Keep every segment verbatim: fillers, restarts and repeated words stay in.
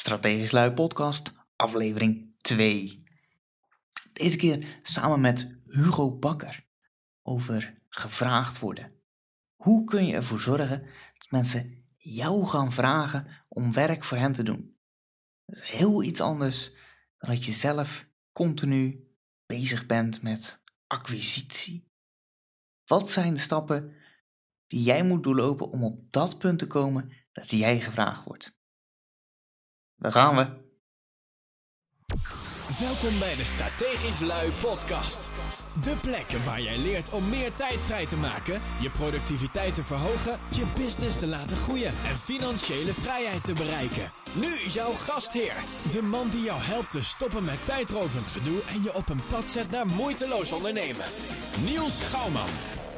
Strategisch Lui podcast, aflevering twee. Deze keer samen met Hugo Bakker over gevraagd worden. Hoe kun je ervoor zorgen dat mensen jou gaan vragen om werk voor hen te doen? Dat is heel iets anders dan dat je zelf continu bezig bent met acquisitie. Wat zijn de stappen die jij moet doorlopen om op dat punt te komen dat jij gevraagd wordt? Daar gaan we. Welkom bij de Strategisch Lui podcast. De plek waar jij leert om meer tijd vrij te maken, je productiviteit te verhogen, je business te laten groeien en financiële vrijheid te bereiken. Nu jouw gastheer, de man die jou helpt te stoppen met tijdrovend gedoe en je op een pad zet naar moeiteloos ondernemen. Niels Gouwman.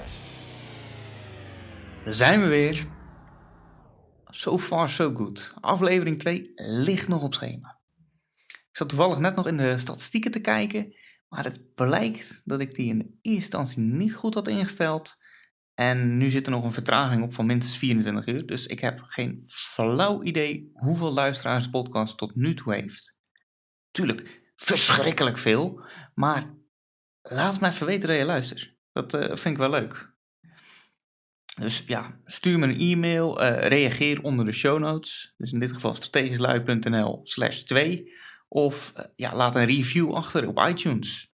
Daar zijn we weer. So far so good. Aflevering twee ligt nog op schema. Ik zat toevallig net nog in de statistieken te kijken, maar het blijkt dat ik die in de eerste instantie niet goed had ingesteld. En nu zit er nog een vertraging op van minstens vierentwintig uur, dus ik heb geen flauw idee hoeveel luisteraars de podcast tot nu toe heeft. Tuurlijk, verschrikkelijk veel, maar laat me even weten dat je luistert. Dat uh, vind ik wel leuk. Dus ja, stuur me een e-mail, uh, reageer onder de show notes. Dus in dit geval strategischlui.nl slash twee. Of uh, ja, laat een review achter op iTunes.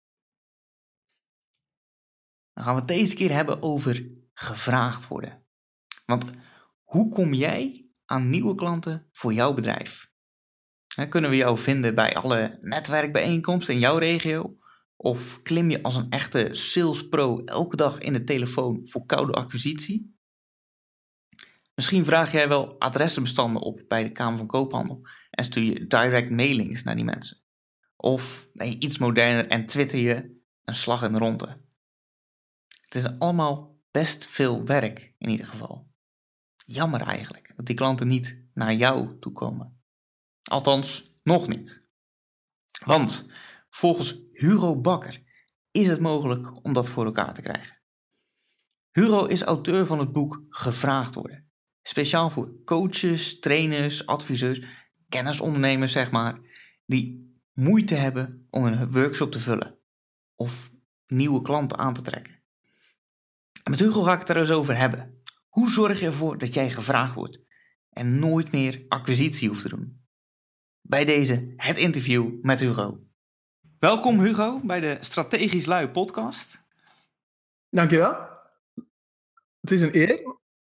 Dan gaan we het deze keer hebben over gevraagd worden. Want hoe kom jij aan nieuwe klanten voor jouw bedrijf? He, kunnen we jou vinden bij alle netwerkbijeenkomsten in jouw regio? Of klim je als een echte sales pro elke dag in de telefoon voor koude acquisitie? Misschien vraag jij wel adressenbestanden op bij de Kamer van Koophandel en stuur je direct mailings naar die mensen. Of ben je iets moderner en twitter je een slag in de ronde. Het is allemaal best veel werk in ieder geval. Jammer eigenlijk dat die klanten niet naar jou toe komen. Althans, nog niet. Want volgens Hugo Bakker is het mogelijk om dat voor elkaar te krijgen. Hugo is auteur van het boek Gevraagd worden. Speciaal voor coaches, trainers, adviseurs, kennisondernemers zeg maar, die moeite hebben om een workshop te vullen of nieuwe klanten aan te trekken. En met Hugo ga ik het er eens over hebben. Hoe zorg je ervoor dat jij gevraagd wordt en nooit meer acquisitie hoeft te doen? Bij deze het interview met Hugo. Welkom Hugo bij de Strategisch Lui podcast. Dankjewel. Het is een eer.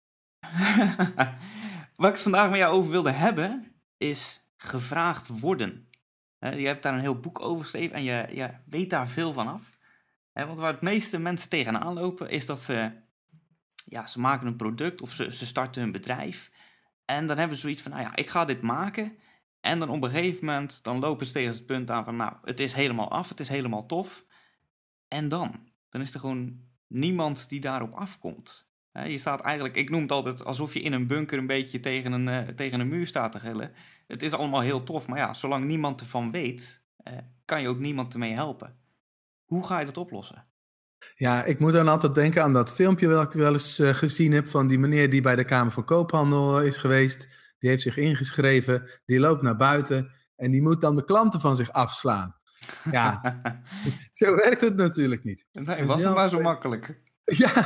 Wat ik het vandaag met jou over wilde hebben is gevraagd worden. Je hebt daar een heel boek over geschreven en je, je weet daar veel van af. Want waar het meeste mensen tegenaan lopen is dat ze, ja, ze maken een product of ze, ze starten hun bedrijf. En dan hebben ze zoiets van, nou ja, ik ga dit maken. En dan op een gegeven moment, dan lopen ze tegen het punt aan van, nou, het is helemaal af, het is helemaal tof. En dan? Dan is er gewoon niemand die daarop afkomt. Je staat eigenlijk, ik noem het altijd alsof je in een bunker een beetje tegen een, uh, tegen een muur staat te gillen. Het is allemaal heel tof, maar ja, zolang niemand ervan weet, uh, kan je ook niemand ermee helpen. Hoe ga je dat oplossen? Ja, ik moet dan altijd denken aan dat filmpje wat ik wel eens uh, gezien heb van die meneer die bij de Kamer van Koophandel is geweest. Die heeft zich ingeschreven, die loopt naar buiten en die moet dan de klanten van zich afslaan. Ja, zo werkt het natuurlijk niet. Nee, was het maar zo makkelijk. Ja,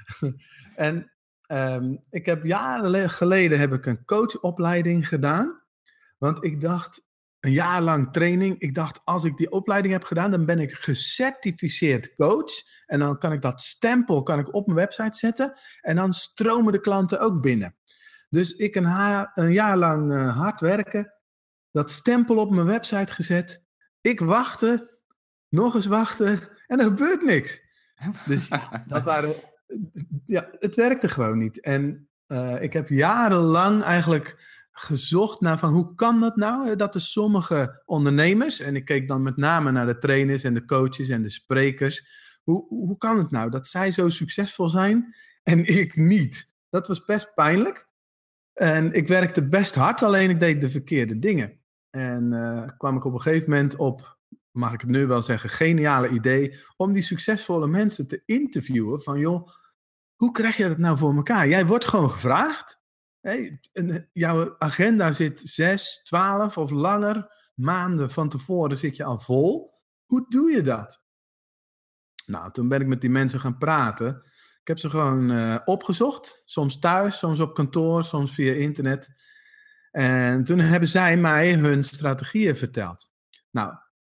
en um, ik heb jaren geleden heb ik een coachopleiding gedaan. Want ik dacht, een jaar lang training, ik dacht als ik die opleiding heb gedaan, dan ben ik gecertificeerd coach. En dan kan ik dat stempel kan ik op mijn website zetten en dan stromen de klanten ook binnen. Dus ik een, ha- een jaar lang uh, hard werken, dat stempel op mijn website gezet. Ik wachtte, nog eens wachten en er gebeurt niks. Dus ja, dat waren, ja, het werkte gewoon niet. En uh, ik heb jarenlang eigenlijk gezocht naar van hoe kan dat nou? Dat er sommige ondernemers, en ik keek dan met name naar de trainers en de coaches en de sprekers. Hoe, hoe kan het nou dat zij zo succesvol zijn en ik niet? Dat was best pijnlijk. En ik werkte best hard, alleen ik deed de verkeerde dingen. En uh, kwam ik op een gegeven moment op, mag ik het nu wel zeggen, geniale idee om die succesvolle mensen te interviewen van joh, hoe krijg je dat nou voor elkaar? Jij wordt gewoon gevraagd Hey, en jouw agenda zit zes, twaalf of langer maanden van tevoren zit je al vol. Hoe doe je dat? Nou, toen ben ik met die mensen gaan praten. Ik heb ze gewoon uh, opgezocht. Soms thuis, soms op kantoor, soms via internet. En toen hebben zij mij hun strategieën verteld. Nou,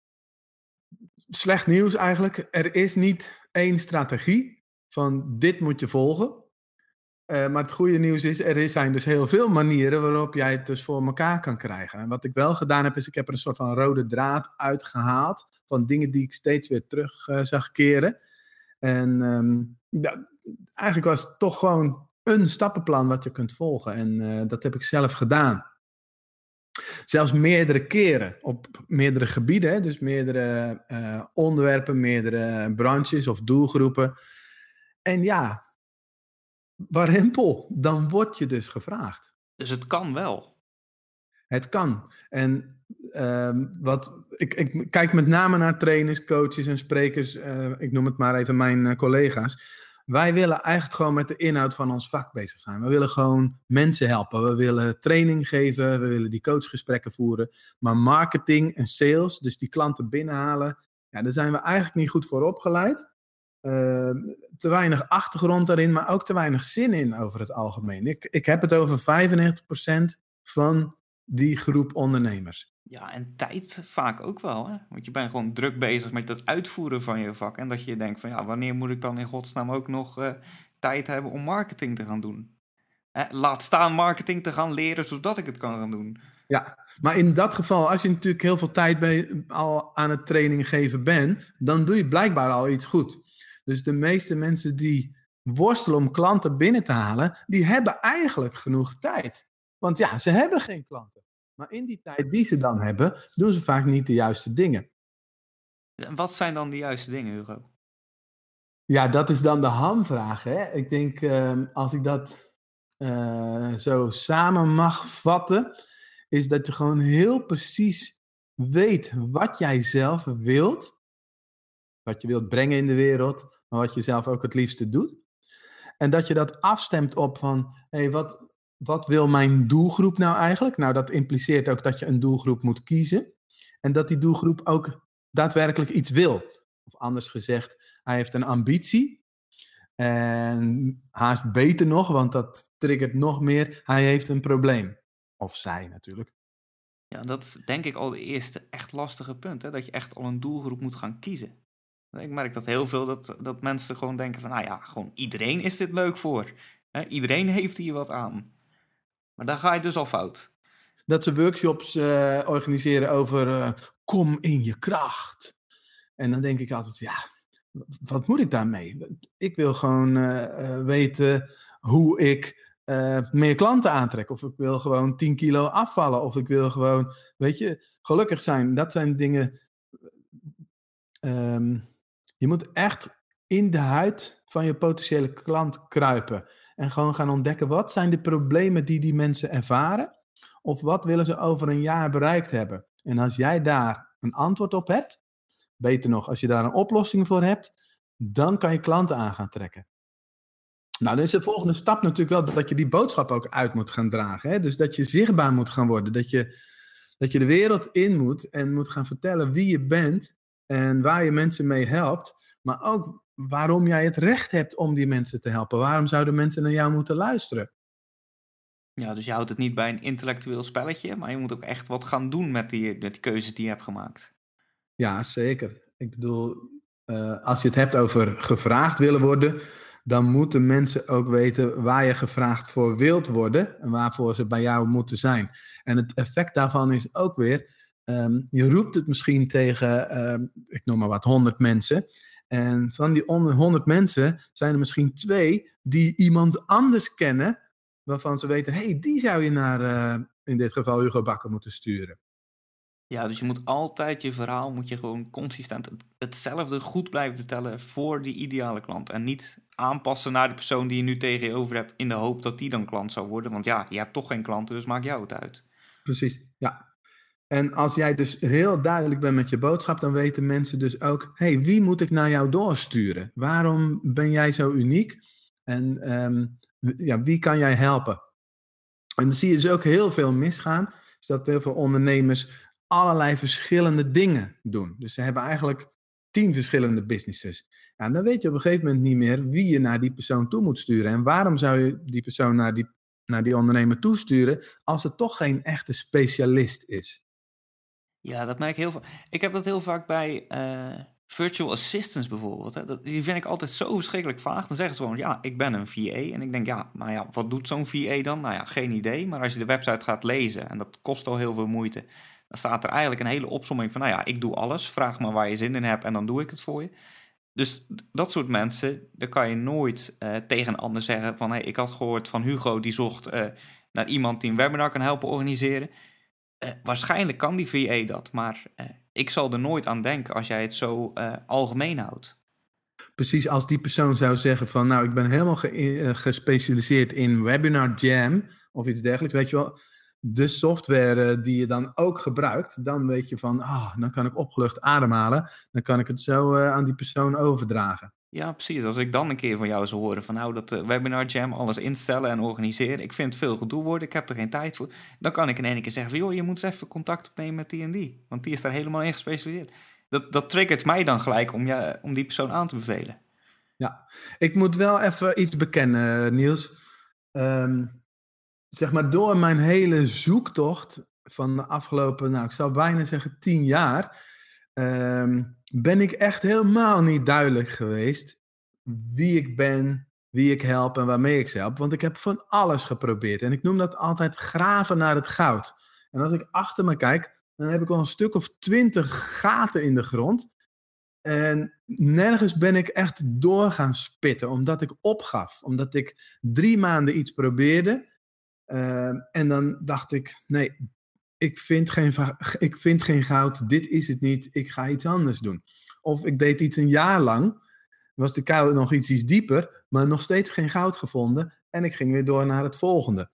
slecht nieuws eigenlijk. Er is niet één strategie van dit moet je volgen. Uh, maar het goede nieuws is, er zijn dus heel veel manieren waarop jij het dus voor elkaar kan krijgen. En wat ik wel gedaan heb, is ik heb er een soort van rode draad uitgehaald van dingen die ik steeds weer terug uh, zag keren. En um, ja, eigenlijk was het toch gewoon een stappenplan wat je kunt volgen. En uh, dat heb ik zelf gedaan. Zelfs meerdere keren, op meerdere gebieden. Hè? Dus meerdere uh, onderwerpen, meerdere branches of doelgroepen. En ja, warempel, dan word je dus gevraagd. Dus het kan wel. Het kan. En um, wat, ik, ik kijk met name naar trainers, coaches en sprekers. Uh, ik noem het maar even mijn uh, collega's. Wij willen eigenlijk gewoon met de inhoud van ons vak bezig zijn. We willen gewoon mensen helpen. We willen training geven. We willen die coachgesprekken voeren. Maar marketing en sales, dus die klanten binnenhalen, ja, daar zijn we eigenlijk niet goed voor opgeleid. Uh, te weinig achtergrond daarin, maar ook te weinig zin in over het algemeen. Ik, ik heb het over vijfennegentig procent van die groep ondernemers. Ja, en tijd vaak ook wel, hè? Want je bent gewoon druk bezig met het uitvoeren van je vak. En dat je denkt van, ja, wanneer moet ik dan in godsnaam ook nog uh, tijd hebben om marketing te gaan doen? Hè? Laat staan marketing te gaan leren, zodat ik het kan gaan doen. Ja, maar in dat geval, als je natuurlijk heel veel tijd bij, al aan het training geven bent, dan doe je blijkbaar al iets goed. Dus de meeste mensen die worstelen om klanten binnen te halen, die hebben eigenlijk genoeg tijd. Want ja, ze hebben geen klanten. Maar in die tijd die ze dan hebben, doen ze vaak niet de juiste dingen. En wat zijn dan de juiste dingen, Hugo? Ja, dat is dan de hamvraag. Hè? Ik denk, uh, als ik dat uh, zo samen mag vatten, is dat je gewoon heel precies weet wat jij zelf wilt. Wat je wilt brengen in de wereld, maar wat je zelf ook het liefste doet. En dat je dat afstemt op van, hé, hey, wat, wat wil mijn doelgroep nou eigenlijk? Nou, dat impliceert ook dat je een doelgroep moet kiezen. En dat die doelgroep ook daadwerkelijk iets wil. Of anders gezegd, hij heeft een ambitie. En haast beter nog, want dat triggert nog meer, hij heeft een probleem. Of zij natuurlijk. Ja, dat is denk ik al de eerste echt lastige punt. Hè? Dat je echt al een doelgroep moet gaan kiezen. Ik merk dat heel veel dat, dat mensen gewoon denken van, nou ja, gewoon iedereen is dit leuk voor. Hè? Iedereen heeft hier wat aan. Maar daar ga je dus al fout. Dat ze workshops uh, organiseren over uh, kom in je kracht. En dan denk ik altijd, ja, wat moet ik daarmee? Ik wil gewoon uh, uh, weten hoe ik uh, meer klanten aantrek. Of ik wil gewoon tien kilo afvallen. Of ik wil gewoon, weet je, gelukkig zijn. Dat zijn dingen. Um, je moet echt in de huid van je potentiële klant kruipen. En gewoon gaan ontdekken, wat zijn de problemen die die mensen ervaren? Of wat willen ze over een jaar bereikt hebben? En als jij daar een antwoord op hebt, beter nog, als je daar een oplossing voor hebt, dan kan je klanten aan gaan trekken. Nou, dan is de volgende stap natuurlijk wel dat je die boodschap ook uit moet gaan dragen. Hè? Dus dat je zichtbaar moet gaan worden. Dat je, dat je de wereld in moet en moet gaan vertellen wie je bent en waar je mensen mee helpt. Maar ook waarom jij het recht hebt om die mensen te helpen. Waarom zouden mensen naar jou moeten luisteren? Ja, dus je houdt het niet bij een intellectueel spelletje, maar je moet ook echt wat gaan doen met die, met die keuzes die je hebt gemaakt. Ja, zeker. Ik bedoel, uh, als je het hebt over gevraagd willen worden, dan moeten mensen ook weten waar je gevraagd voor wilt worden en waarvoor ze bij jou moeten zijn. En het effect daarvan is ook weer, um, je roept het misschien tegen, um, ik noem maar wat, honderd mensen. En van die honderd mensen zijn er misschien twee die iemand anders kennen, waarvan ze weten, hé, hey, die zou je naar, uh, in dit geval Hugo Bakker, moeten sturen. Ja, dus je moet altijd je verhaal, moet je gewoon consistent hetzelfde goed blijven vertellen voor die ideale klant. En niet aanpassen naar de persoon die je nu tegen je over hebt in de hoop dat die dan klant zou worden. Want ja, je hebt toch geen klanten, dus maakt jou het uit. Precies, ja. En als jij dus heel duidelijk bent met je boodschap, dan weten mensen dus ook, hé, hey, wie moet ik naar jou doorsturen? Waarom ben jij zo uniek? En um, ja, wie kan jij helpen? En dan zie je dus ook heel veel misgaan. Is dat heel veel ondernemers allerlei verschillende dingen doen. Dus ze hebben eigenlijk tien verschillende businesses. Ja, en dan weet je op een gegeven moment niet meer wie je naar die persoon toe moet sturen. En waarom zou je die persoon naar die, naar die ondernemer toesturen als het toch geen echte specialist is? Ja, dat merk ik heel vaak. Ik heb dat heel vaak bij eh, virtual assistants bijvoorbeeld. Hè. Dat, die vind ik altijd zo verschrikkelijk vaag. Dan zeggen ze gewoon, ja, ik ben een V A. En ik denk, ja, maar ja, wat doet zo'n V A dan? Nou ja, geen idee. Maar als je de website gaat lezen, en dat kost al heel veel moeite, dan staat er eigenlijk een hele opsomming van, nou ja, ik doe alles. Vraag maar waar je zin in hebt en dan doe ik het voor je. Dus d- dat soort mensen, daar kan je nooit eh, tegen een ander zeggen van, hey, ik had gehoord van Hugo, die zocht eh, naar iemand die een webinar kan helpen organiseren. Eh, waarschijnlijk kan die V A dat, maar eh, ik zal er nooit aan denken als jij het zo eh, algemeen houdt. Precies als die persoon zou zeggen van, nou, ik ben helemaal ge- eh, gespecialiseerd in Webinar Jam of iets dergelijks, weet je wel. De software eh, die je dan ook gebruikt, dan weet je van, ah, dan kan ik opgelucht ademhalen. Dan kan ik het zo eh, aan die persoon overdragen. Ja, precies. Als ik dan een keer van jou zou horen van nou, dat eh, Webinar Jam, alles instellen en organiseren, ik vind het veel gedoe worden, ik heb er geen tijd voor. Dan kan ik in één keer zeggen van joh, je moet eens even contact opnemen met die en die, want die is daar helemaal in gespecialiseerd. Dat, dat triggert mij dan gelijk om, je, om die persoon aan te bevelen. Ja, ik moet wel even iets bekennen, Niels. Ehm, zeg maar, door mijn hele zoektocht van de afgelopen, nou, ik zou bijna zeggen tien jaar, ehm, ben ik echt helemaal niet duidelijk geweest wie ik ben, wie ik help en waarmee ik ze help. Want ik heb van alles geprobeerd. En ik noem dat altijd graven naar het goud. En als ik achter me kijk, dan heb ik al een stuk of twintig gaten in de grond. En nergens ben ik echt door gaan spitten, omdat ik opgaf. Omdat ik drie maanden iets probeerde. Uh, en dan dacht ik, nee, ik vind, geen, ik vind geen goud, dit is het niet, ik ga iets anders doen. Of ik deed iets een jaar lang, was de kuil nog iets, iets dieper, maar nog steeds geen goud gevonden. En ik ging weer door naar het volgende.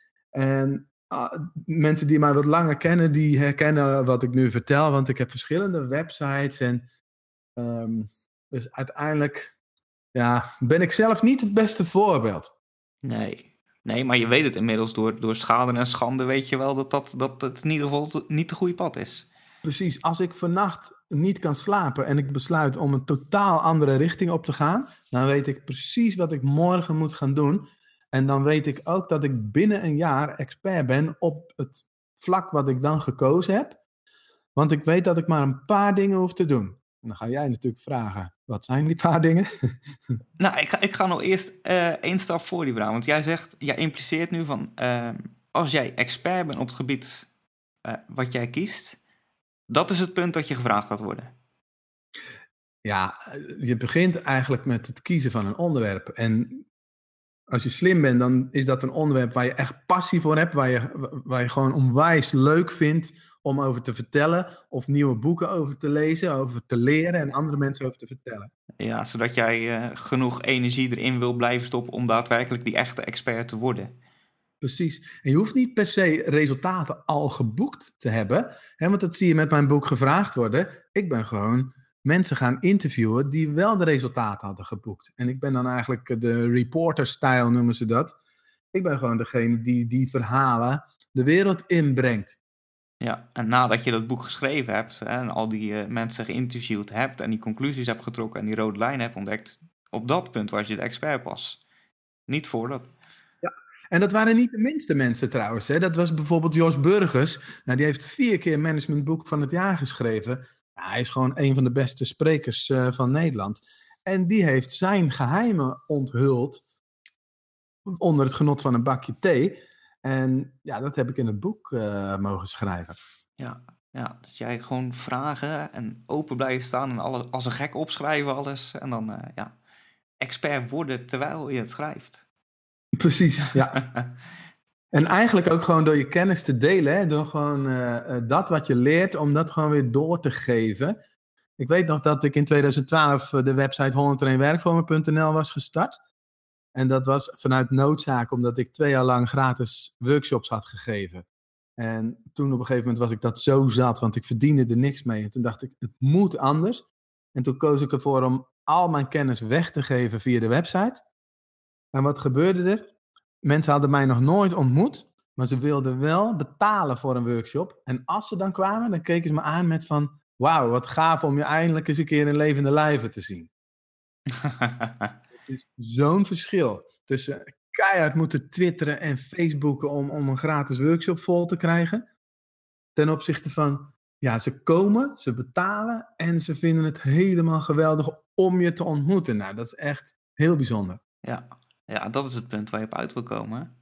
En uh, mensen die mij wat langer kennen, die herkennen wat ik nu vertel, want ik heb verschillende websites en Um, dus uiteindelijk ja, ben ik zelf niet het beste voorbeeld. Nee, nee, maar je weet het inmiddels door, door schade en schande weet je wel dat, dat, dat het in ieder geval niet de goede pad is. Precies, als ik vannacht niet kan slapen en ik besluit om een totaal andere richting op te gaan, dan weet ik precies wat ik morgen moet gaan doen. En dan weet ik ook dat ik binnen een jaar expert ben op het vlak wat ik dan gekozen heb. Want ik weet dat ik maar een paar dingen hoef te doen. En dan ga jij natuurlijk vragen, wat zijn die paar dingen? Nou, ik ga, ik ga nog eerst uh, één stap voor die vraag. Want jij zegt, jij impliceert nu van, uh, als jij expert bent op het gebied uh, wat jij kiest, dat is het punt dat je gevraagd gaat worden. Ja, je begint eigenlijk met het kiezen van een onderwerp. En als je slim bent, dan is dat een onderwerp waar je echt passie voor hebt, waar je, waar je gewoon onwijs leuk vindt om over te vertellen, of nieuwe boeken over te lezen, over te leren en andere mensen over te vertellen. Ja, zodat jij uh, genoeg energie erin wil blijven stoppen om daadwerkelijk die echte expert te worden. Precies. En je hoeft niet per se resultaten al geboekt te hebben, hè, want dat zie je met mijn boek Gevraagd Worden. Ik ben gewoon mensen gaan interviewen die wel de resultaten hadden geboekt. En ik ben dan eigenlijk de reporter-style, noemen ze dat. Ik ben gewoon degene die die verhalen de wereld inbrengt. Ja, en nadat je dat boek geschreven hebt hè, en al die uh, mensen geïnterviewd hebt en die conclusies hebt getrokken en die rode lijn hebt ontdekt, op dat punt was je de expert pas. Niet voordat. Ja, en dat waren niet de minste mensen trouwens. Hè. Dat was bijvoorbeeld Jos Burgers. Nou, die heeft vier keer managementboek van het jaar geschreven. Ja, hij is gewoon een van de beste sprekers uh, van Nederland. En die heeft zijn geheimen onthuld onder het genot van een bakje thee. En ja, dat heb ik in het boek uh, mogen schrijven. Ja, ja, dus jij gewoon vragen en open blijven staan en alles, als een gek opschrijven alles. En dan uh, ja, expert worden terwijl je het schrijft. Precies, ja. En eigenlijk ook gewoon door je kennis te delen. Hè? Door gewoon uh, dat wat je leert, om dat gewoon weer door te geven. Ik weet nog dat ik in twintig twaalf de website honderdéén werkvormen punt n l was gestart. En dat was vanuit noodzaak, omdat ik twee jaar lang gratis workshops had gegeven. En toen op een gegeven moment was ik dat zo zat, want ik verdiende er niks mee. En toen dacht ik, het moet anders. En toen koos ik ervoor om al mijn kennis weg te geven via de website. En wat gebeurde er? Mensen hadden mij nog nooit ontmoet. maar ze wilden wel betalen voor een workshop. En als ze dan kwamen, dan keken ze me aan met van, wauw, wat gaaf om je eindelijk eens een keer in levende lijven te zien. Het is zo'n verschil tussen keihard moeten twitteren en facebooken om, om een gratis workshop vol te krijgen. Ten opzichte van, ja, ze komen, ze betalen en ze vinden het helemaal geweldig om je te ontmoeten. Nou, dat is echt heel bijzonder. Ja, ja, dat is het punt waar je op uit wil komen.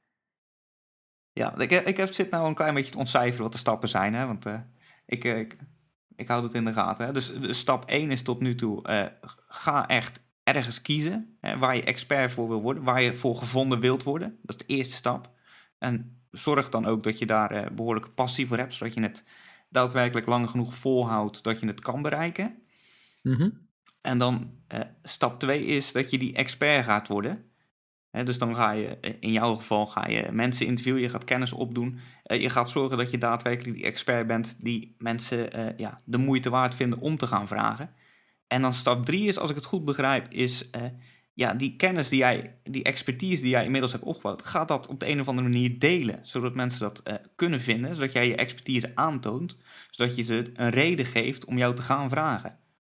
Ja, ik, ik heb, zit nou een klein beetje te ontcijferen wat de stappen zijn, hè? Want uh, ik, ik, ik houd het in de gaten. Hè? Dus, dus stap één is tot nu toe, uh, ga echt ergens kiezen, hè, waar je expert voor wil worden, waar je voor gevonden wilt worden. Dat is de eerste stap. En zorg dan ook dat je daar uh, behoorlijke passie voor hebt, zodat je het daadwerkelijk lang genoeg volhoudt dat je het kan bereiken. Mm-hmm. En dan uh, stap twee is dat je die expert gaat worden. He, dus dan ga je, in jouw geval, ga je mensen interviewen, je gaat kennis opdoen. Uh, je gaat zorgen dat je daadwerkelijk die expert bent die mensen uh, ja, de moeite waard vinden om te gaan vragen. En dan stap drie is, als ik het goed begrijp, is uh, ja, die kennis die jij, die expertise die jij inmiddels hebt opgebouwd, ga dat op de een of andere manier delen, zodat mensen dat uh, kunnen vinden, zodat jij je expertise aantoont, zodat je ze een reden geeft om jou te gaan vragen.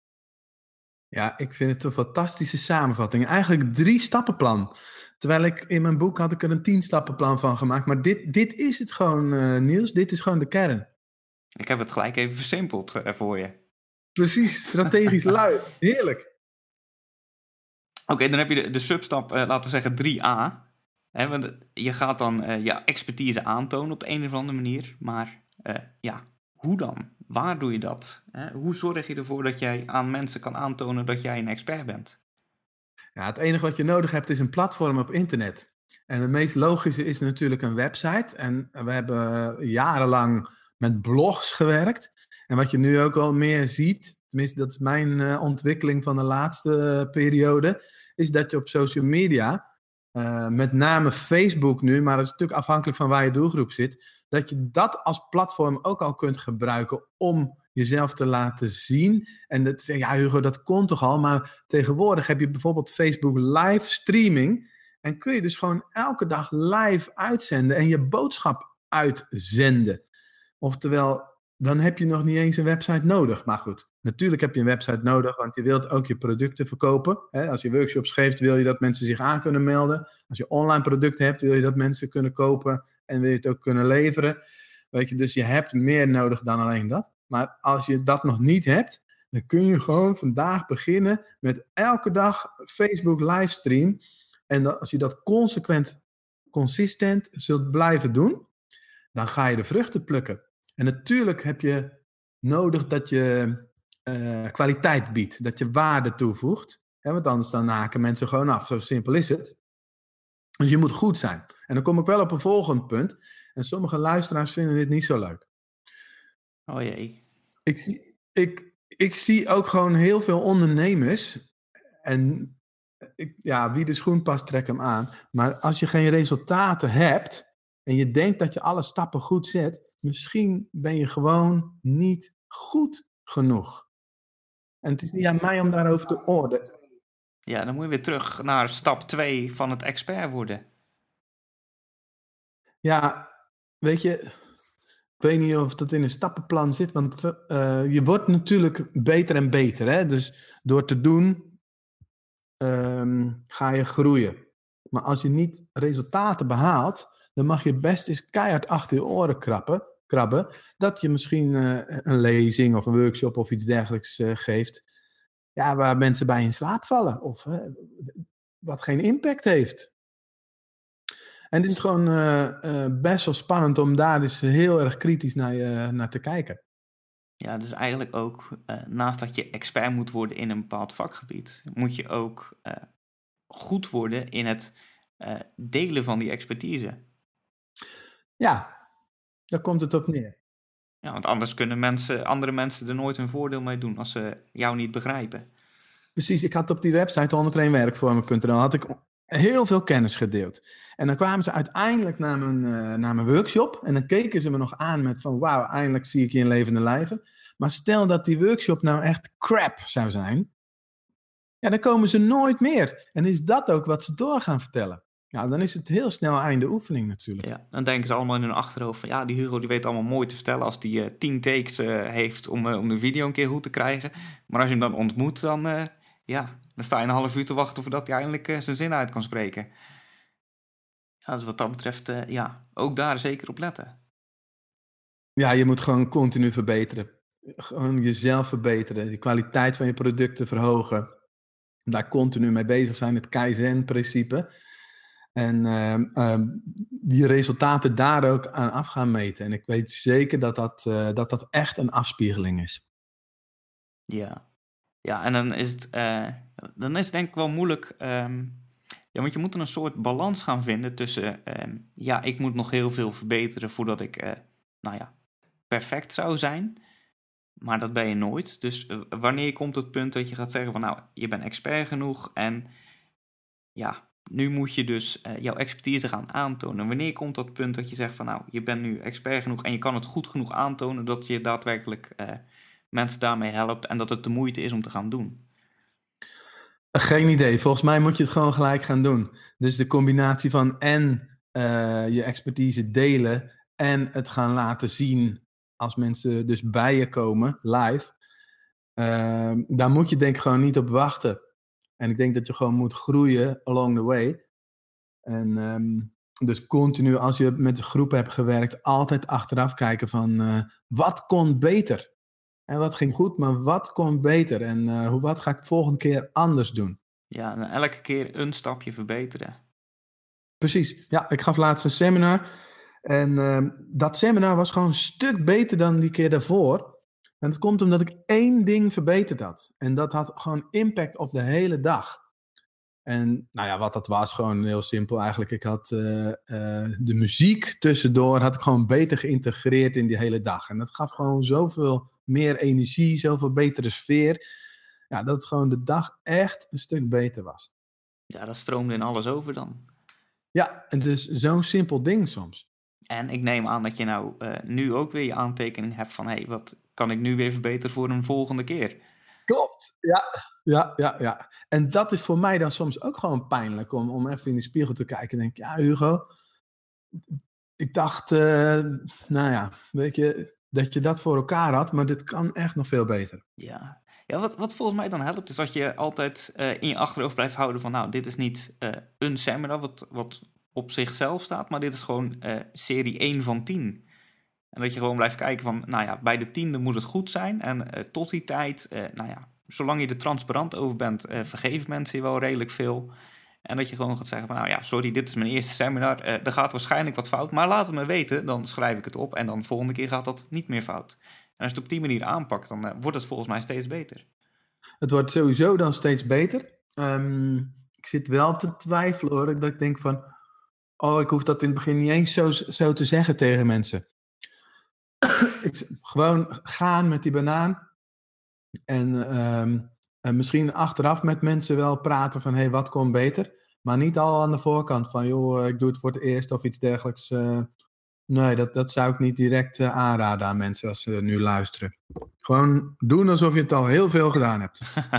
Ja, ik vind het een fantastische samenvatting. Eigenlijk drie stappenplan. Terwijl ik in mijn boek had ik er een tien stappenplan van gemaakt. Maar dit, dit is het gewoon, uh, Niels. Dit is gewoon de kern. Ik heb het gelijk even versimpeld uh, voor je. Precies, strategisch lui. Heerlijk. Oké, okay, dan heb je de, de substap, uh, laten we zeggen drie a. Hè, want je gaat dan uh, je expertise aantonen op de een of andere manier. Maar uh, ja, hoe dan? Waar doe je dat? Hè? Hoe zorg je ervoor dat jij aan mensen kan aantonen dat jij een expert bent? Ja, het enige wat je nodig hebt is een platform op internet. En het meest logische is natuurlijk een website. En we hebben jarenlang met blogs gewerkt. En wat je nu ook al meer ziet, tenminste dat is mijn uh, ontwikkeling van de laatste uh, periode, is dat je op social media, uh, met name Facebook nu, maar dat is natuurlijk afhankelijk van waar je doelgroep zit, dat je dat als platform ook al kunt gebruiken om jezelf te laten zien. En dat zeg ja Hugo, dat kon toch al, maar tegenwoordig heb je bijvoorbeeld Facebook live streaming en kun je dus gewoon elke dag live uitzenden en je boodschap uitzenden. Oftewel, dan heb je nog niet eens een website nodig. Maar goed, natuurlijk heb je een website nodig, want je wilt ook je producten verkopen. Hè? Als je workshops geeft, wil je dat mensen zich aan kunnen melden. Als je online producten hebt, wil je dat mensen kunnen kopen en wil je het ook kunnen leveren. Weet je, dus je hebt meer nodig dan alleen dat. Maar als je dat nog niet hebt, dan kun je gewoon vandaag beginnen met elke dag Facebook livestream. En dat, als je dat consequent, consistent zult blijven doen, dan ga je de vruchten plukken. En natuurlijk heb je nodig dat je uh, kwaliteit biedt, dat je waarde toevoegt. Hè, want anders dan haken mensen gewoon af, zo simpel is het. Dus je moet goed zijn. En dan kom ik wel op een volgend punt. En sommige luisteraars vinden dit niet zo leuk. Oh jee. Ik, ik, ik zie ook gewoon heel veel ondernemers. En ik, ja, wie de schoen past, trek hem aan. Maar als je geen resultaten hebt en je denkt dat je alle stappen goed zet, misschien ben je gewoon niet goed genoeg. En het is niet aan mij om daarover te oordelen. Ja, dan moet je weer terug naar stap twee van het expert worden. Ja, weet je, ik weet niet of dat in een stappenplan zit, want uh, je wordt natuurlijk beter en beter. Hè? Dus door te doen, um, ga je groeien. Maar als je niet resultaten behaalt, dan mag je best eens keihard achter je oren krabben, krabben dat je misschien uh, een lezing of een workshop of iets dergelijks uh, geeft, ja, waar mensen bij in slaap vallen of uh, wat geen impact heeft. En het is gewoon uh, uh, best wel spannend om daar dus heel erg kritisch naar, uh, naar te kijken. Ja, dus eigenlijk ook, uh, naast dat je expert moet worden in een bepaald vakgebied, moet je ook uh, goed worden in het uh, delen van die expertise. Ja, daar komt het op neer. Ja, want anders kunnen mensen, andere mensen er nooit hun voordeel mee doen als ze jou niet begrijpen. Precies, ik had op die website honderdéén werkvormen punt n l had ik heel veel kennis gedeeld. En dan kwamen ze uiteindelijk naar mijn, uh, naar mijn workshop en dan keken ze me nog aan met van wauw, eindelijk zie ik je in levende lijven. Maar stel dat die workshop nou echt crap zou zijn, ja, dan komen ze nooit meer. En is dat ook wat ze door gaan vertellen. ja, dan is het heel snel einde oefening natuurlijk. Ja, dan denken ze allemaal in hun achterhoofd van... ja, die Hugo die weet allemaal mooi te vertellen... als die uh, tien takes uh, heeft om, uh, om de video een keer goed te krijgen. Maar als je hem dan ontmoet, dan, uh, ja, dan sta je een half uur te wachten... voordat hij eindelijk uh, zijn zin uit kan spreken. Ja, dus wat dat betreft, uh, ja, ook daar zeker op letten. Ja, je moet gewoon continu verbeteren. Gewoon jezelf verbeteren. De kwaliteit van je producten verhogen. Daar continu mee bezig zijn. Het Kaizen-principe. En uh, uh, die resultaten daar ook aan af gaan meten. En ik weet zeker dat dat, uh, dat, dat echt een afspiegeling is. Ja, ja en dan is het, uh, dan is het denk ik wel moeilijk... Um, ja, want je moet een soort balans gaan vinden tussen... Um, ja, ik moet nog heel veel verbeteren voordat ik, uh, nou ja, perfect zou zijn. Maar dat ben je nooit. Dus uh, wanneer komt het punt dat je gaat zeggen van... nou, je bent expert genoeg en ja... nu moet je dus uh, jouw expertise gaan aantonen. Wanneer komt dat punt dat je zegt van... nou, je bent nu expert genoeg en je kan het goed genoeg aantonen... dat je daadwerkelijk uh, mensen daarmee helpt... en dat het de moeite is om te gaan doen? Geen idee. Volgens mij moet je het gewoon gelijk gaan doen. Dus de combinatie van en uh, je expertise delen... en het gaan laten zien als mensen dus bij je komen, live... Uh, daar moet je denk ik gewoon niet op wachten... En ik denk dat je gewoon moet groeien along the way. En um, dus continu als je met de groep hebt gewerkt... altijd achteraf kijken van uh, wat kon beter? En wat ging goed, maar wat kon beter? En uh, hoe, wat ga ik volgende keer anders doen? Ja, en elke keer een stapje verbeteren. Precies. Ja, ik gaf laatst een seminar. En uh, dat seminar was gewoon een stuk beter dan die keer daarvoor... En dat komt omdat ik één ding verbeterd had. En dat had gewoon impact op de hele dag. En nou ja, wat dat was, gewoon heel simpel eigenlijk. Ik had uh, uh, de muziek tussendoor had ik gewoon beter geïntegreerd in die hele dag. En dat gaf gewoon zoveel meer energie, zoveel betere sfeer. Ja, dat het gewoon de dag echt een stuk beter was. Ja, dat stroomde in alles over dan. Ja, en het is zo'n simpel ding soms. En ik neem aan dat je nou uh, nu ook weer je aantekening hebt van... hé, hey, wat kan ik nu weer verbeteren voor een volgende keer? Klopt, ja, ja, ja, ja. En dat is voor mij dan soms ook gewoon pijnlijk... om, om even in de spiegel te kijken en denk... ja, Hugo, ik dacht, uh, nou ja, weet je... dat je dat voor elkaar had, maar dit kan echt nog veel beter. Ja, ja wat, wat volgens mij dan helpt... is dat je altijd uh, in je achterhoofd blijft houden van... nou, dit is niet uh, een seminar wat... wat op zichzelf staat, maar dit is gewoon uh, serie één van tien. En dat je gewoon blijft kijken van, nou ja, bij de tiende moet het goed zijn. En uh, tot die tijd, uh, nou ja, zolang je er transparant over bent, uh, vergeven mensen je wel redelijk veel. En dat je gewoon gaat zeggen van, nou ja, sorry, dit is mijn eerste seminar. Uh, er gaat waarschijnlijk wat fout, maar laat het me weten, dan schrijf ik het op. En dan de volgende keer gaat dat niet meer fout. En als je het op die manier aanpakt, dan uh, wordt het volgens mij steeds beter. Het wordt sowieso dan steeds beter. Um, ik zit wel te twijfelen hoor, dat ik denk van... oh, ik hoef dat in het begin niet eens zo, zo te zeggen tegen mensen. ik, gewoon gaan met die banaan. En, um, en misschien achteraf met mensen wel praten van... hé, hey, wat kon beter? Maar niet al aan de voorkant van... joh, ik doe het voor het eerst of iets dergelijks. Uh, nee, dat, dat zou ik niet direct uh, aanraden aan mensen als ze nu luisteren. Gewoon doen alsof je het al heel veel gedaan hebt.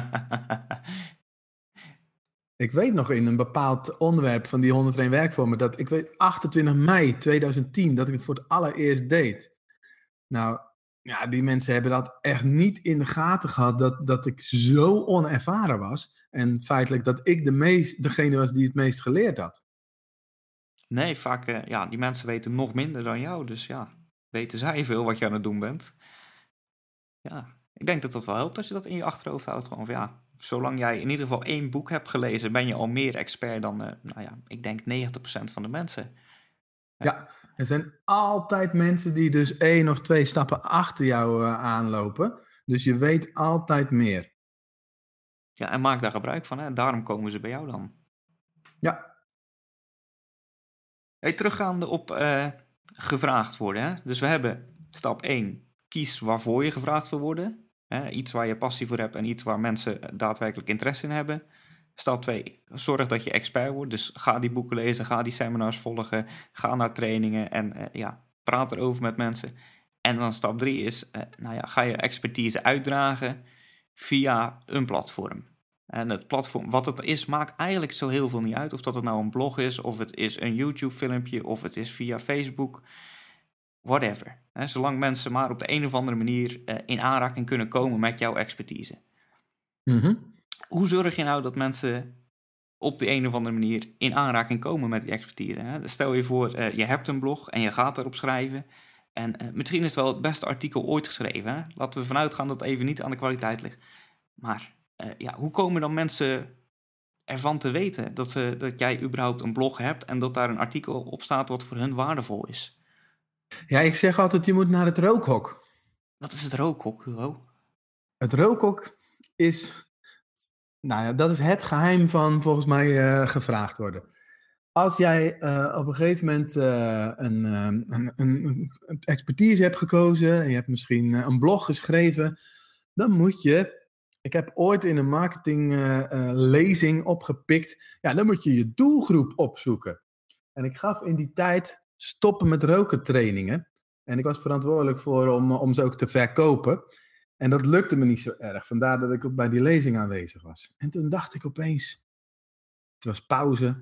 Ik weet nog in een bepaald onderwerp van die honderdéén werkvormen... dat ik weet achtentwintig mei tweeduizend tien dat ik het voor het allereerst deed. Nou, ja, die mensen hebben dat echt niet in de gaten gehad... dat, dat ik zo onervaren was. En feitelijk dat ik de meest, degene was die het meest geleerd had. Nee, vaak, uh, ja, die mensen weten nog minder dan jou. Dus ja, weten zij veel wat je aan het doen bent. Ja, ik denk dat dat wel helpt als je dat in je achterhoofd houdt. Gewoon van ja... zolang jij in ieder geval één boek hebt gelezen... ben je al meer expert dan, uh, nou ja, ik denk negentig procent van de mensen. Ja. ja, er zijn altijd mensen die dus één of twee stappen achter jou uh, aanlopen. Dus je weet altijd meer. Ja, en maak daar gebruik van. Hè? Daarom komen ze bij jou dan. Ja. Hey, teruggaande op uh, gevraagd worden. Hè? Dus we hebben stap één. Kies waarvoor je gevraagd wil worden... He, iets waar je passie voor hebt en iets waar mensen daadwerkelijk interesse in hebben. Stap twee, zorg dat je expert wordt. Dus ga die boeken lezen, ga die seminars volgen, ga naar trainingen en uh, ja, praat erover met mensen. En dan stap drie is, uh, nou ja, ga je expertise uitdragen via een platform. En het platform, wat het is, maakt eigenlijk zo heel veel niet uit. Of dat het nou een blog is, of het is een YouTube-filmpje, of het is via Facebook. Whatever. Hè, zolang mensen maar op de een of andere manier uh, in aanraking kunnen komen met jouw expertise. Mm-hmm. Hoe zorg je nou dat mensen op de een of andere manier in aanraking komen met die expertise? Hè? Stel je voor, uh, je hebt een blog en je gaat erop schrijven. En uh, misschien is het wel het beste artikel ooit geschreven. Hè? Laten we vanuit gaan dat het even niet aan de kwaliteit ligt. Maar uh, ja, hoe komen dan mensen ervan te weten dat, ze, dat jij überhaupt een blog hebt en dat daar een artikel op staat wat voor hun waardevol is? Ja, ik zeg altijd, je moet naar het rookhok. Wat is het rookhok, Hugo? Het rookhok is, nou ja, dat is het geheim van volgens mij uh, gevraagd worden. Als jij uh, op een gegeven moment uh, een, uh, een, een, een expertise hebt gekozen en je hebt misschien uh, een blog geschreven, dan moet je, ik heb ooit in een marketinglezing uh, uh, opgepikt, ja, dan moet je je doelgroep opzoeken. En ik gaf in die tijd stoppen met roken trainingen. En ik was verantwoordelijk voor om, om ze ook te verkopen. En dat lukte me niet zo erg. Vandaar dat ik ook bij die lezing aanwezig was. En toen dacht ik opeens, het was pauze,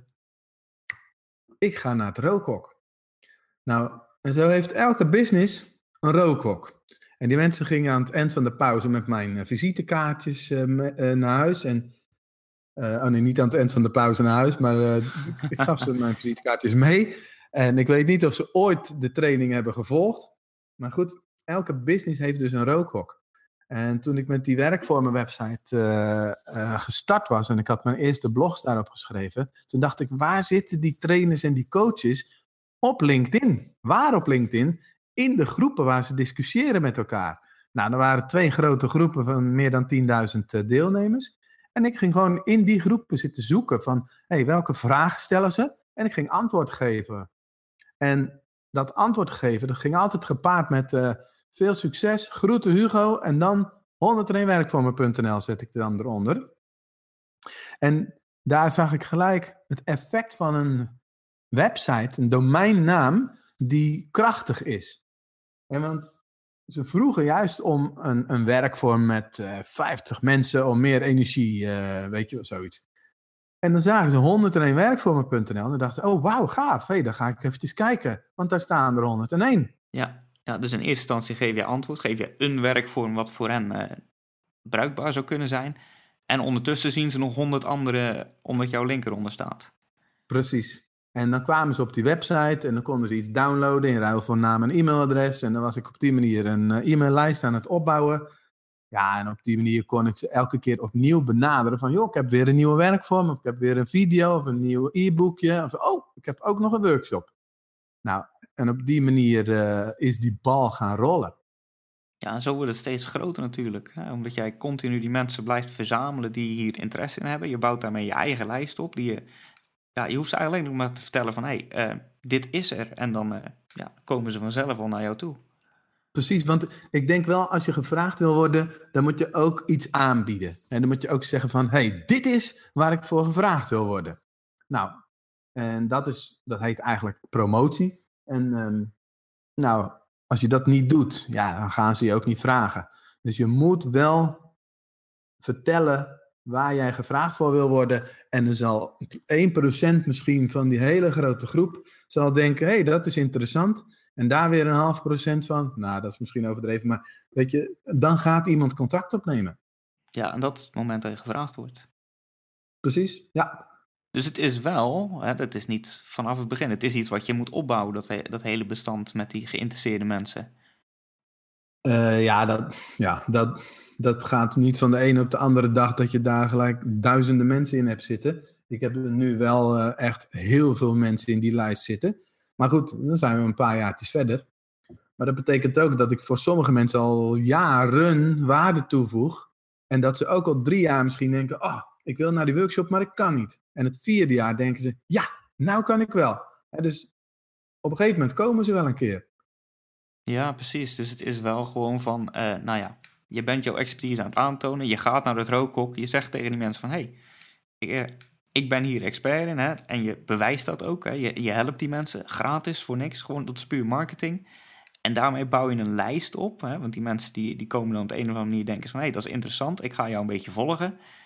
ik ga naar het rookhok. Nou, en zo heeft elke business een rookhok. En die mensen gingen aan het eind van de pauze met mijn uh, visitekaartjes uh, me, uh, naar huis. En, uh, oh nee, niet aan het eind van de pauze naar huis, maar uh, ik gaf ze mijn visitekaartjes mee. En ik weet niet of ze ooit de training hebben gevolgd. Maar goed, elke business heeft dus een rookhok. En toen ik met die werkvormen website uh, uh, gestart was en ik had mijn eerste blogs daarop geschreven, toen dacht ik, waar zitten die trainers en die coaches? Op LinkedIn. Waar op LinkedIn? In de groepen waar ze discussiëren met elkaar. Nou, er waren twee grote groepen van meer dan tienduizend uh, deelnemers. En ik ging gewoon in die groepen zitten zoeken van, hey, welke vragen stellen ze? En ik ging antwoord geven. En dat antwoord geven, dat ging altijd gepaard met uh, veel succes, groeten Hugo en dan honderdéén werkvormen punt n l zet ik er dan eronder. En daar zag ik gelijk het effect van een website, een domeinnaam die krachtig is. En want ze vroegen juist om een, een werkvorm met uh, vijftig mensen om meer energie, uh, weet je wel, zoiets. En dan zagen ze honderdéén werkvormen punt n l en dan dachten ze, oh wauw, gaaf, hey, dan ga ik eventjes kijken, want daar staan er honderdéén. Ja, ja, dus in eerste instantie geef je antwoord, geef je een werkvorm wat voor hen uh, bruikbaar zou kunnen zijn. En ondertussen zien ze nog honderd andere omdat jouw link eronder staat. Precies. En dan kwamen ze op die website en dan konden ze iets downloaden in ruil voor naam en e-mailadres. En dan was ik op die manier een uh, e-maillijst aan het opbouwen. Ja, en op die manier kon ik ze elke keer opnieuw benaderen van, joh, ik heb weer een nieuwe werkvorm, of ik heb weer een video, of een nieuw e-boekje. Of, oh, ik heb ook nog een workshop. Nou, en op die manier uh, is die bal gaan rollen. Ja, en zo wordt het steeds groter natuurlijk. Hè? Omdat jij continu die mensen blijft verzamelen die hier interesse in hebben. Je bouwt daarmee je eigen lijst op. Die je, ja, je hoeft ze alleen nog maar te vertellen van, hé, hey, uh, dit is er. En dan uh, ja, komen ze vanzelf al naar jou toe. Precies, want ik denk wel, als je gevraagd wil worden, dan moet je ook iets aanbieden. En dan moet je ook zeggen van, hé, hey, dit is waar ik voor gevraagd wil worden. Nou, en dat, is, dat heet eigenlijk promotie. En um, nou, als je dat niet doet, ja, dan gaan ze je ook niet vragen. Dus je moet wel vertellen waar jij gevraagd voor wil worden. En er zal één procent misschien van die hele grote groep zal denken, hé, hey, dat is interessant. En daar weer een half procent van, nou, dat is misschien overdreven, maar weet je, dan gaat iemand contact opnemen. Ja, en dat is het moment dat je gevraagd wordt. Precies, ja. Dus het is wel, hè, het is niet vanaf het begin, het is iets wat je moet opbouwen, dat, he- dat hele bestand met die geïnteresseerde mensen. Uh, ja, dat, ja dat, dat gaat niet van de ene op de andere dag dat je daar gelijk duizenden mensen in hebt zitten. Ik heb er nu wel uh, echt heel veel mensen in die lijst zitten. Maar goed, dan zijn we een paar jaartjes verder. Maar dat betekent ook dat ik voor sommige mensen al jaren waarde toevoeg. En dat ze ook al drie jaar misschien denken, oh, ik wil naar die workshop, maar ik kan niet. En het vierde jaar denken ze, ja, nou kan ik wel. En dus op een gegeven moment komen ze wel een keer. Ja, precies. Dus het is wel gewoon van, uh, nou ja, je bent jouw expertise aan het aantonen. Je gaat naar het rookhok. Je zegt tegen die mensen van, hé, hey, ik, uh, ik ben hier expert in. Hè? En je bewijst dat ook. Hè? Je, je helpt die mensen gratis voor niks. Gewoon, dat is puur marketing. En daarmee bouw je een lijst op. Hè? Want die mensen die, die komen dan op de een of andere manier denken van, hé, hey, dat is interessant. Ik ga jou een beetje volgen.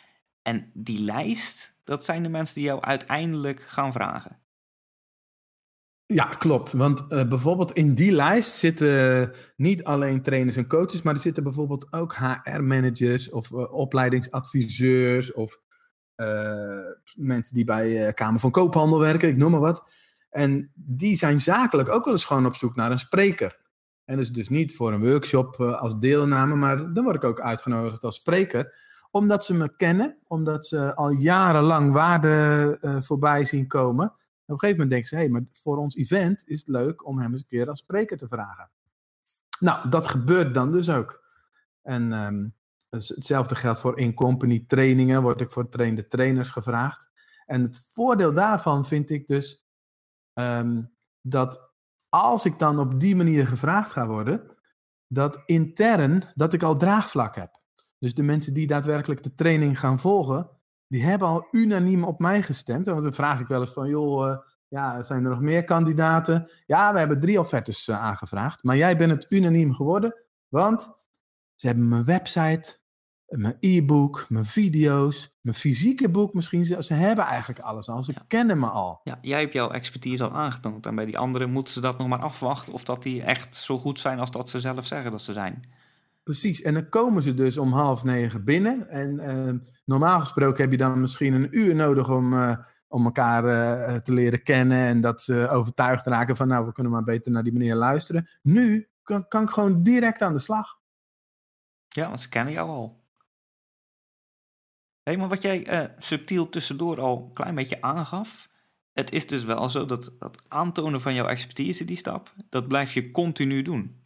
En die lijst, dat zijn de mensen die jou uiteindelijk gaan vragen. Ja, klopt. Want uh, bijvoorbeeld in die lijst zitten niet alleen trainers en coaches, maar er zitten bijvoorbeeld ook H R-managers of uh, opleidingsadviseurs of uh, mensen die bij uh, Kamer van Koophandel werken, ik noem maar wat. En die zijn zakelijk ook wel eens gewoon op zoek naar een spreker. En dat is dus niet voor een workshop uh, als deelname, maar dan word ik ook uitgenodigd als spreker. Omdat ze me kennen, omdat ze al jarenlang waarde uh, voorbij zien komen. En op een gegeven moment denken ze, hé, hey, maar voor ons event is het leuk om hem eens een keer als spreker te vragen. Nou, dat gebeurt dan dus ook. En um, hetzelfde geldt voor in-company trainingen, word ik voor trainde trainers gevraagd. En het voordeel daarvan vind ik dus um, dat als ik dan op die manier gevraagd ga worden, dat intern, dat ik al draagvlak heb. Dus de mensen die daadwerkelijk de training gaan volgen, die hebben al unaniem op mij gestemd. Want dan vraag ik wel eens van, joh, uh, ja, zijn er nog meer kandidaten? Ja, we hebben drie offertes uh, aangevraagd. Maar jij bent het unaniem geworden, want ze hebben mijn website, mijn e-book, mijn video's, mijn fysieke boek misschien. Ze, ze hebben eigenlijk alles al, ze ja. kennen me al. Ja, jij hebt jouw expertise al aangetoond. En bij die anderen moeten ze dat nog maar afwachten of dat die echt zo goed zijn als dat ze zelf zeggen dat ze zijn. Precies, en dan komen ze dus om half negen binnen. En uh, normaal gesproken heb je dan misschien een uur nodig om, uh, om elkaar uh, te leren kennen. En dat ze overtuigd raken van, nou, we kunnen maar beter naar die meneer luisteren. Nu kan, kan ik gewoon direct aan de slag. Ja, want ze kennen jou al. Hé, hey, maar wat jij uh, subtiel tussendoor al een klein beetje aangaf. Het is dus wel zo dat dat aantonen van jouw expertise, die stap, dat blijf je continu doen.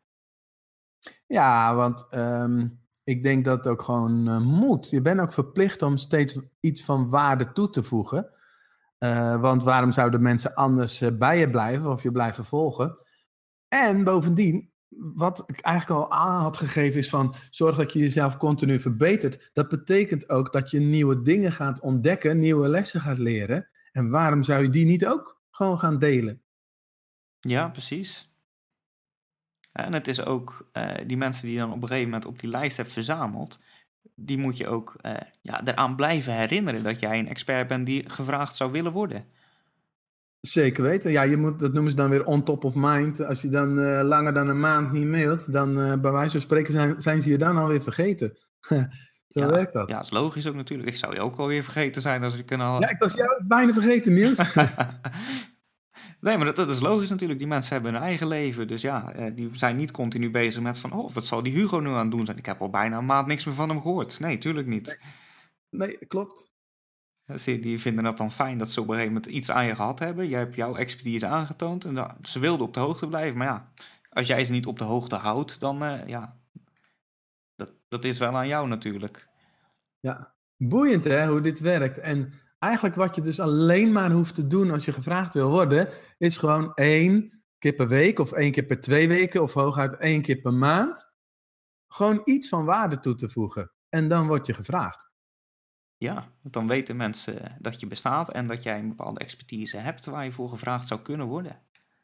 Ja, want um, ik denk dat het ook gewoon uh, moet. Je bent ook verplicht om steeds iets van waarde toe te voegen. Uh, want waarom zouden mensen anders uh, bij je blijven of je blijven volgen? En bovendien, wat ik eigenlijk al aan had gegeven is van, zorg dat je jezelf continu verbetert. Dat betekent ook dat je nieuwe dingen gaat ontdekken, nieuwe lessen gaat leren. En waarom zou je die niet ook gewoon gaan delen? Ja, precies. En het is ook, uh, die mensen die je dan op een gegeven moment op die lijst hebt verzameld, die moet je ook uh, ja, eraan blijven herinneren dat jij een expert bent die gevraagd zou willen worden. Zeker weten. Ja, je moet, dat noemen ze dan weer on top of mind. Als je dan uh, langer dan een maand niet mailt, dan uh, bij wijze van spreken zijn, zijn ze je dan alweer vergeten. Zo ja, werkt dat. Ja, dat is logisch ook natuurlijk. Ik zou je ook alweer vergeten zijn als ik al... Ja, ik was jou bijna vergeten, Niels. Nee, maar dat, dat is logisch natuurlijk. Die mensen hebben hun eigen leven. Dus ja, die zijn niet continu bezig met van, oh, wat zal die Hugo nu aan het doen zijn? Ik heb al bijna een maand niks meer van hem gehoord. Nee, tuurlijk niet. Nee, nee, klopt. Dus die, die vinden dat dan fijn dat ze op een gegeven moment iets aan je gehad hebben. Jij hebt jouw expertise aangetoond. En dat, ze wilden op de hoogte blijven. Maar ja, als jij ze niet op de hoogte houdt, dan uh, ja, dat, dat is wel aan jou natuurlijk. Ja, boeiend hè, hoe dit werkt. En eigenlijk wat je dus alleen maar hoeft te doen als je gevraagd wil worden, is gewoon één keer per week of één keer per twee weken of hooguit één keer per maand gewoon iets van waarde toe te voegen. En dan word je gevraagd. Ja, want dan weten mensen dat je bestaat en dat jij een bepaalde expertise hebt waar je voor gevraagd zou kunnen worden.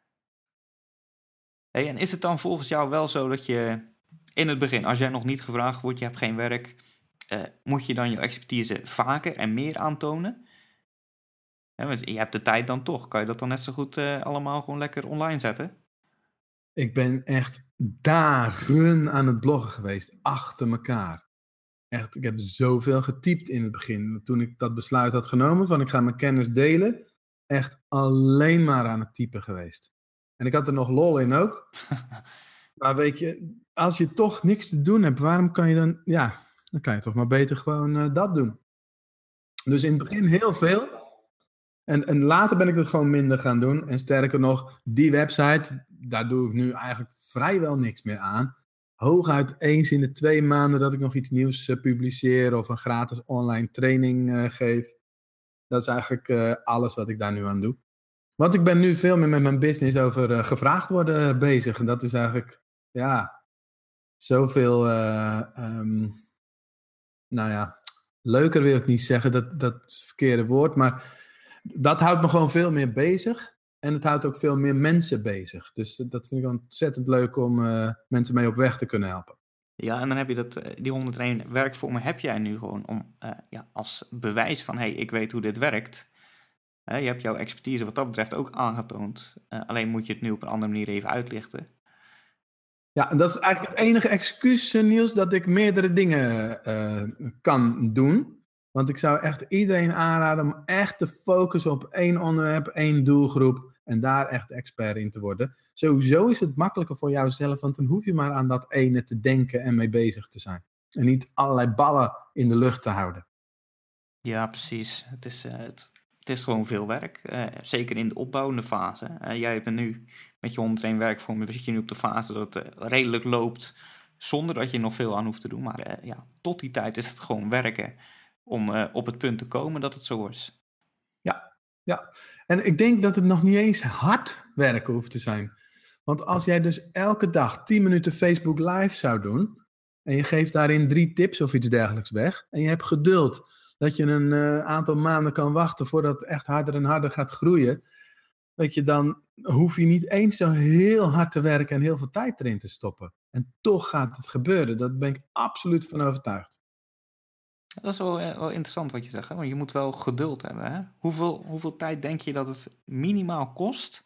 Hey, en is het dan volgens jou wel zo dat je in het begin, als jij nog niet gevraagd wordt, je hebt geen werk, uh, moet je dan je expertise vaker en meer aantonen? Ja, want je hebt de tijd dan toch. Kan je dat dan net zo goed uh, allemaal gewoon lekker online zetten? Ik ben echt dagen aan het bloggen geweest, achter elkaar. Echt, ik heb zoveel getypt in het begin. Toen ik dat besluit had genomen van ik ga mijn kennis delen, echt alleen maar aan het typen geweest. En ik had er nog lol in ook. Maar weet je, als je toch niks te doen hebt, waarom kan je dan, ja, dan kan je toch maar beter gewoon uh, dat doen. Dus in het begin heel veel. En, en later ben ik het gewoon minder gaan doen. En sterker nog, die website, daar doe ik nu eigenlijk vrijwel niks meer aan. Hooguit eens in de twee maanden dat ik nog iets nieuws uh, publiceer of een gratis online training uh, geef. Dat is eigenlijk uh, alles wat ik daar nu aan doe. Want ik ben nu veel meer met mijn business over uh, gevraagd worden uh, bezig. En dat is eigenlijk, ja, zoveel, uh, um, nou ja, leuker wil ik niet zeggen, dat, dat is het verkeerde woord. Maar dat houdt me gewoon veel meer bezig. En het houdt ook veel meer mensen bezig. Dus dat vind ik ontzettend leuk om uh, mensen mee op weg te kunnen helpen. Ja, en dan heb je dat, eh, die honderdéén werkvormen heb jij nu gewoon om, eh, ja, als bewijs van, hey, ik weet hoe dit werkt. Hè, je hebt jouw expertise wat dat betreft ook aangetoond. Eh, alleen moet je het nu op een andere manier even uitlichten. Ja, en dat is eigenlijk het enige excuus, eh, Niels, dat ik meerdere dingen eh, kan doen. Want ik zou echt iedereen aanraden om echt te focussen op één onderwerp, één doelgroep en daar echt expert in te worden. Sowieso is het makkelijker voor jouzelf, want dan hoef je maar aan dat ene te denken en mee bezig te zijn. En niet allerlei ballen in de lucht te houden. Ja, precies. Het is, eh, het, het is gewoon veel werk. eh, zeker in de opbouwende fase. Eh, jij bent nu met je honderdéén werkvormen, zit je nu op de fase dat het eh, redelijk loopt zonder dat je nog veel aan hoeft te doen. Maar eh, ja, tot die tijd is het gewoon werken om eh, op het punt te komen dat het zo is. Ja, ja. En ik denk dat het nog niet eens hard werken hoeft te zijn. Want als jij dus elke dag tien minuten Facebook Live zou doen, en je geeft daarin drie tips of iets dergelijks weg, en je hebt geduld dat je een eh, aantal maanden kan wachten voordat het echt harder en harder gaat groeien, weet je, dan hoef je niet eens zo heel hard te werken en heel veel tijd erin te stoppen. En toch gaat het gebeuren. Daar ben ik absoluut van overtuigd. Dat is wel, eh, wel interessant wat je zegt, hè? Want je moet wel geduld hebben. Hè? Hoeveel, hoeveel tijd denk je dat het minimaal kost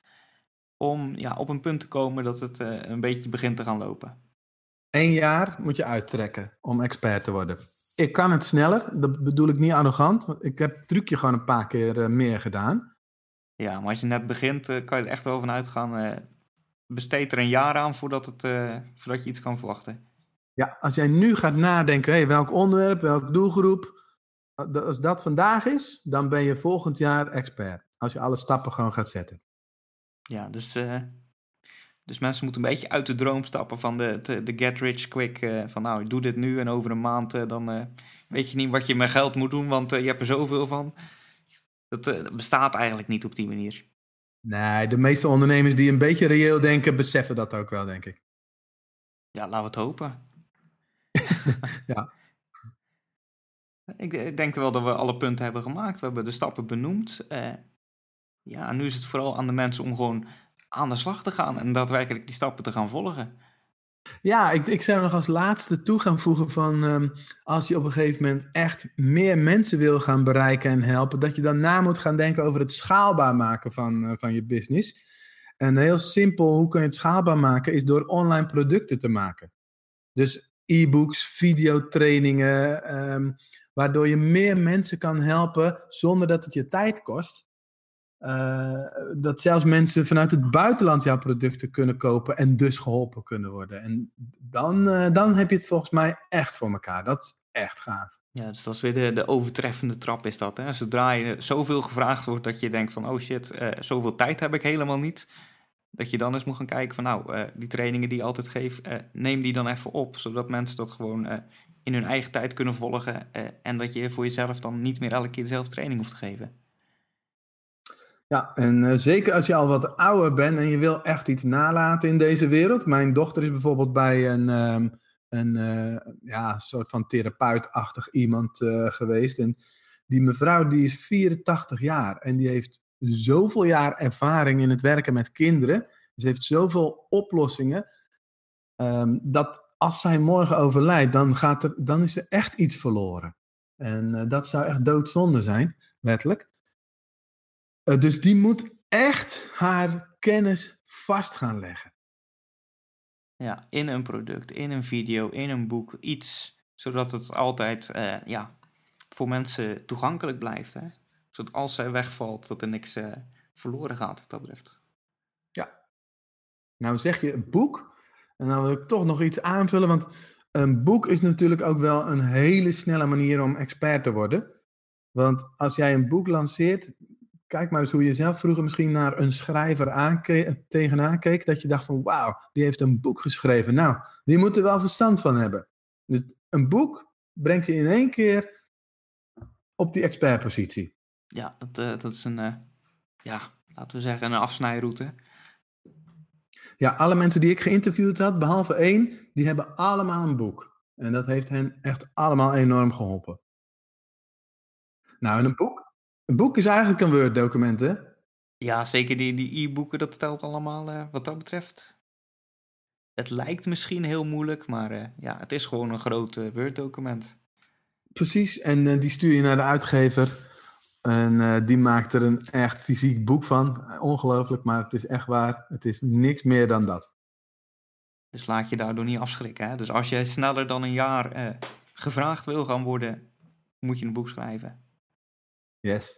om ja, op een punt te komen dat het eh, een beetje begint te gaan lopen? Eén jaar moet je uittrekken om expert te worden. Ik kan het sneller, dat bedoel ik niet arrogant, want ik heb het trucje gewoon een paar keer eh, meer gedaan. Ja, maar als je net begint, eh, kan je er echt wel van uitgaan. eh besteed er een jaar aan voordat, het, eh, voordat je iets kan verwachten. Ja, als jij nu gaat nadenken, hey, welk onderwerp, welke doelgroep, a- da- als dat vandaag is, dan ben je volgend jaar expert. Als je alle stappen gewoon gaat zetten. Ja, dus, eh, dus mensen moeten een beetje uit de droom stappen van de, de, de get rich quick. eh, van nou, ik doe dit nu en over een maand eh, dan eh, weet je niet wat je met geld moet doen, want eh, je hebt er zoveel van. Dat eh, bestaat eigenlijk niet op die manier. Nee, de meeste ondernemers die een beetje reëel denken, beseffen dat ook wel, denk ik. Ja, laten we het hopen. Ja. Ik, ik denk wel dat we alle punten hebben gemaakt. We hebben de stappen benoemd. Eh, ja, nu is het vooral aan de mensen om gewoon aan de slag te gaan en daadwerkelijk die stappen te gaan volgen. Ja, ik, ik zou nog als laatste toe gaan voegen van ehm, als je op een gegeven moment echt meer mensen wil gaan bereiken en helpen, dat je dan na moet gaan denken over het schaalbaar maken van, eh, van je business. En heel simpel, hoe kun je het schaalbaar maken, is door online producten te maken. Dus e-books, videotrainingen, ehm, waardoor je meer mensen kan helpen zonder dat het je tijd kost. Uh, dat zelfs mensen vanuit het buitenland jouw producten kunnen kopen en dus geholpen kunnen worden. En dan, uh, dan heb je het volgens mij echt voor elkaar. Dat is echt gaaf. Ja, dus dat is weer de, de overtreffende trap is dat. Hè? Zodra je zoveel gevraagd wordt dat je denkt van oh shit, uh, zoveel tijd heb ik helemaal niet. Dat je dan eens moet gaan kijken van nou, uh, die trainingen die je altijd geeft, uh, neem die dan even op. Zodat mensen dat gewoon uh, in hun eigen tijd kunnen volgen. Uh, en dat je voor jezelf dan niet meer elke keer dezelfde training hoeft te geven. Ja, en uh, zeker als je al wat ouder bent en je wil echt iets nalaten in deze wereld. Mijn dochter is bijvoorbeeld bij een, um, een uh, ja, soort van therapeutachtig iemand uh, geweest. En die mevrouw die is vierentachtig jaar en die heeft zoveel jaar ervaring in het werken met kinderen. Ze heeft zoveel oplossingen, um, dat als zij morgen overlijdt, dan, gaat er, dan is er echt iets verloren. En uh, dat zou echt doodzonde zijn, wettelijk. Uh, dus die moet echt haar kennis vast gaan leggen. Ja, in een product, in een video, in een boek, iets. Zodat het altijd uh, ja, voor mensen toegankelijk blijft. Hè? Zodat als zij wegvalt, dat er niks uh, verloren gaat wat dat betreft. Ja. Nou zeg je een boek. En dan wil ik toch nog iets aanvullen. Want een boek is natuurlijk ook wel een hele snelle manier om expert te worden. Want als jij een boek lanceert, kijk maar eens hoe je zelf vroeger misschien naar een schrijver aanke- tegenaan keek. Dat je dacht van wauw, die heeft een boek geschreven. Nou, die moet er wel verstand van hebben. Dus een boek brengt je in één keer op die expertpositie. Ja, dat, uh, dat is een, uh, ja, laten we zeggen, een afsnijroute. Ja, alle mensen die ik geïnterviewd had, behalve één, die hebben allemaal een boek. En dat heeft hen echt allemaal enorm geholpen. Nou, en een boek? Een boek is eigenlijk een Word-document, hè? Ja, zeker die, die e-boeken, dat telt allemaal uh, wat dat betreft. het lijkt misschien heel moeilijk, maar uh, ja, het is gewoon een groot uh, Word-document. Precies, en uh, die stuur je naar de uitgever. En uh, die maakt er een echt fysiek boek van. Ongelooflijk, maar het is echt waar. Het is niks meer dan dat. Dus laat je daardoor niet afschrikken. Hè? Dus als je sneller dan een jaar uh, gevraagd wil gaan worden, moet je een boek schrijven. Yes.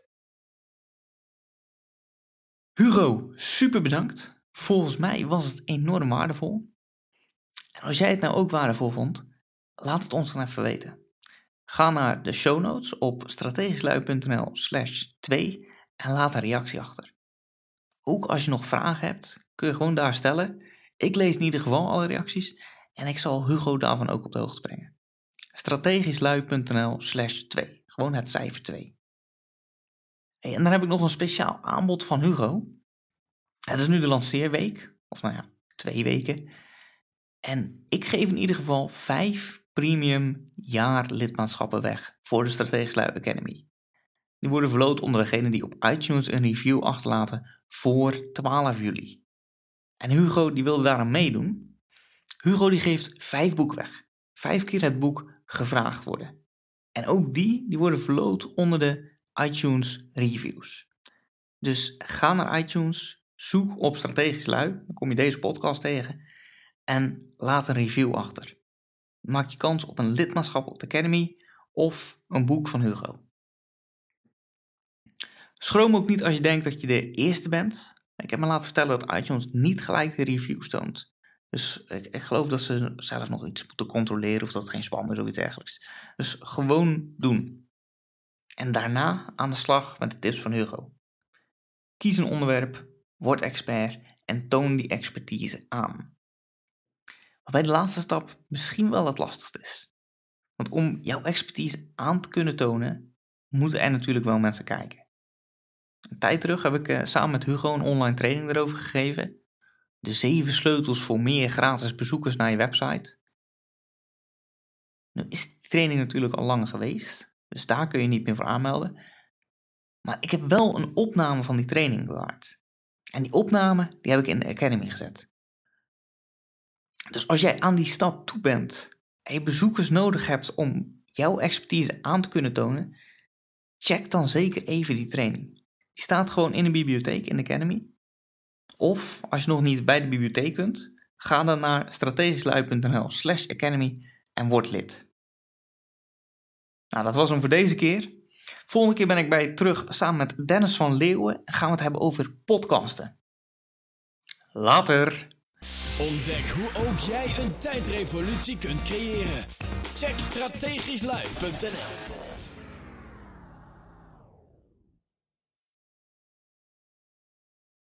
Hugo, super bedankt. Volgens mij was het enorm waardevol. En als jij het nou ook waardevol vond, laat het ons dan even weten. Ga naar de show notes op strategischlui.nl slash twee en laat een reactie achter. Ook als je nog vragen hebt, kun je gewoon daar stellen. Ik lees in ieder geval alle reacties en ik zal Hugo daarvan ook op de hoogte brengen. strategischlui.nl slash twee, gewoon het cijfer twee. Hey, en dan heb ik nog een speciaal aanbod van Hugo. Het is nu de lanceerweek, of nou ja, twee weken. En ik geef in ieder geval vijf premium jaar lidmaatschappen weg voor de Strategisch Lui Academy. Die worden verloot onder degenen die op iTunes een review achterlaten voor twaalf juli. En Hugo die wilde daaraan meedoen. Hugo die geeft vijf boeken weg. Vijf keer het boek gevraagd worden. En ook die, die worden verloot onder de iTunes reviews. Dus ga naar iTunes, zoek op Strategisch Lui, dan kom je deze podcast tegen en laat een review achter. Maak je kans op een lidmaatschap op de Academy of een boek van Hugo. Schroom ook niet als je denkt dat je de eerste bent. Ik heb me laten vertellen dat iTunes niet gelijk de reviews toont. Dus ik, ik geloof dat ze zelf nog iets moeten controleren of dat het geen spam is of iets dergelijks. Dus gewoon doen. En daarna aan de slag met de tips van Hugo. Kies een onderwerp, word expert en toon die expertise aan. Waarbij de laatste stap misschien wel het lastigste is. Want om jouw expertise aan te kunnen tonen, moeten er natuurlijk wel mensen kijken. Een tijd terug heb ik uh, samen met Hugo een online training erover gegeven. De zeven sleutels voor meer gratis bezoekers naar je website. Nu is die training natuurlijk al lang geweest, dus daar kun je niet meer voor aanmelden. Maar ik heb wel een opname van die training bewaard. En die opname die heb ik in de Academy gezet. Dus als jij aan die stap toe bent en je bezoekers nodig hebt om jouw expertise aan te kunnen tonen, check dan zeker even die training. Die staat gewoon in de bibliotheek in de Academy. Of als je nog niet bij de bibliotheek kunt, ga dan naar strategischlui.nl slash academy en word lid. Nou, dat was hem voor deze keer. Volgende keer ben ik bij je terug samen met Dennis van Leeuwen en gaan we het hebben over podcasten. Later! Ontdek hoe ook jij een tijdrevolutie kunt creëren. Check strategischlui punt n l